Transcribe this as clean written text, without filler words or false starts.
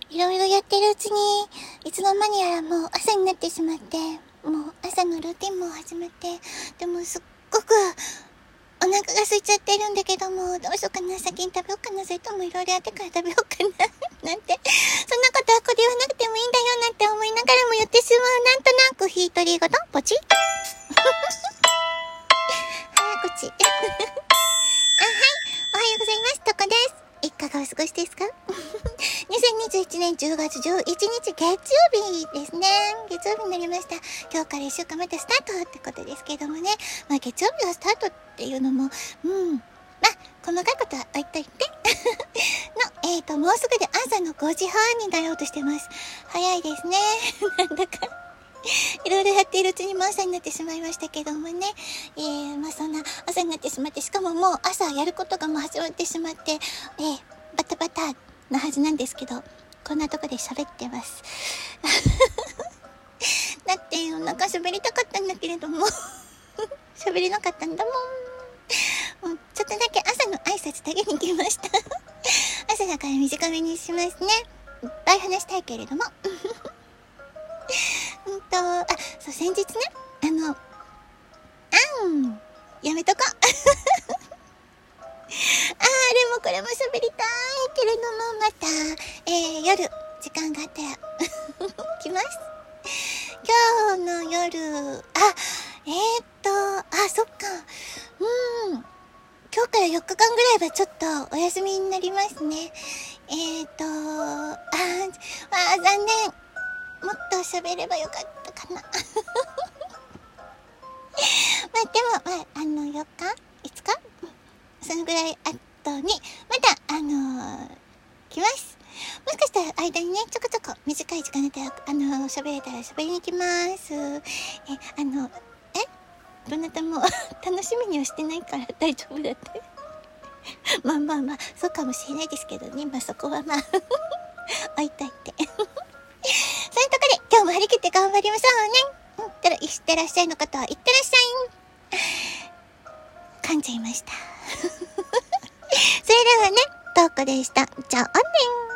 いろいろやってるうちに、いつの間にやらもう朝になってしまって、もう朝のルーティンも始まって、でもすっごくお腹が空いちゃってるんだけども、どうしようかな、先に食べようかな、それともいろいろやってから食べようかな、なんて、そんなことはこれ言わなくてもいいんだよなんて思いながらもやってしまう、なんとなくヒートリーゴとポチッ早口。はい、おはようございます。とこです。いかがお過ごしですか2021年10月11日月曜日ですね。月曜日になりました。今日から1週間またスタートってことですけどもね。まあ月曜日はスタートっていうのも、まあ細かいことは置いといてもうすぐで朝の5時半になろうとしてます。早いですね。なんだかいろいろやっているうちにも朝になってしまいましたけどもね。まあそんな朝になってしまって、しかももう朝やることがもう始まってしまって、バタバタなはずなんですけど、こんなとこで喋ってます。だってお腹喋りたかったんだけれども喋れなかったんだもん。ちょっとだけ朝の挨拶だけに来ました。朝だから短めにしますね。いっぱい話したいけれども。そう、先日ね、やめとこ。あれもこれも喋りたいけれども、また、夜、時間があったら、来ます。今日の夜、そっか。今日から4日間ぐらいはちょっとお休みになりますね。残念。もっと喋ればよかったかな。でも、4日 ?5 日そのぐらい後に、また、来ます。もしかしたら間にね、ちょこちょこ短い時間だったら、喋れたら喋りに来ます。どなたも楽しみにはしてないから大丈夫だって。まあ、そうかもしれないですけどね。まあそこは置いといて。そういうとこで、今日も張り切って頑張りましょうね。いってらっしゃいの方は、いってらっしゃい。噛んじゃいました。それではね、トークでした。じゃあね。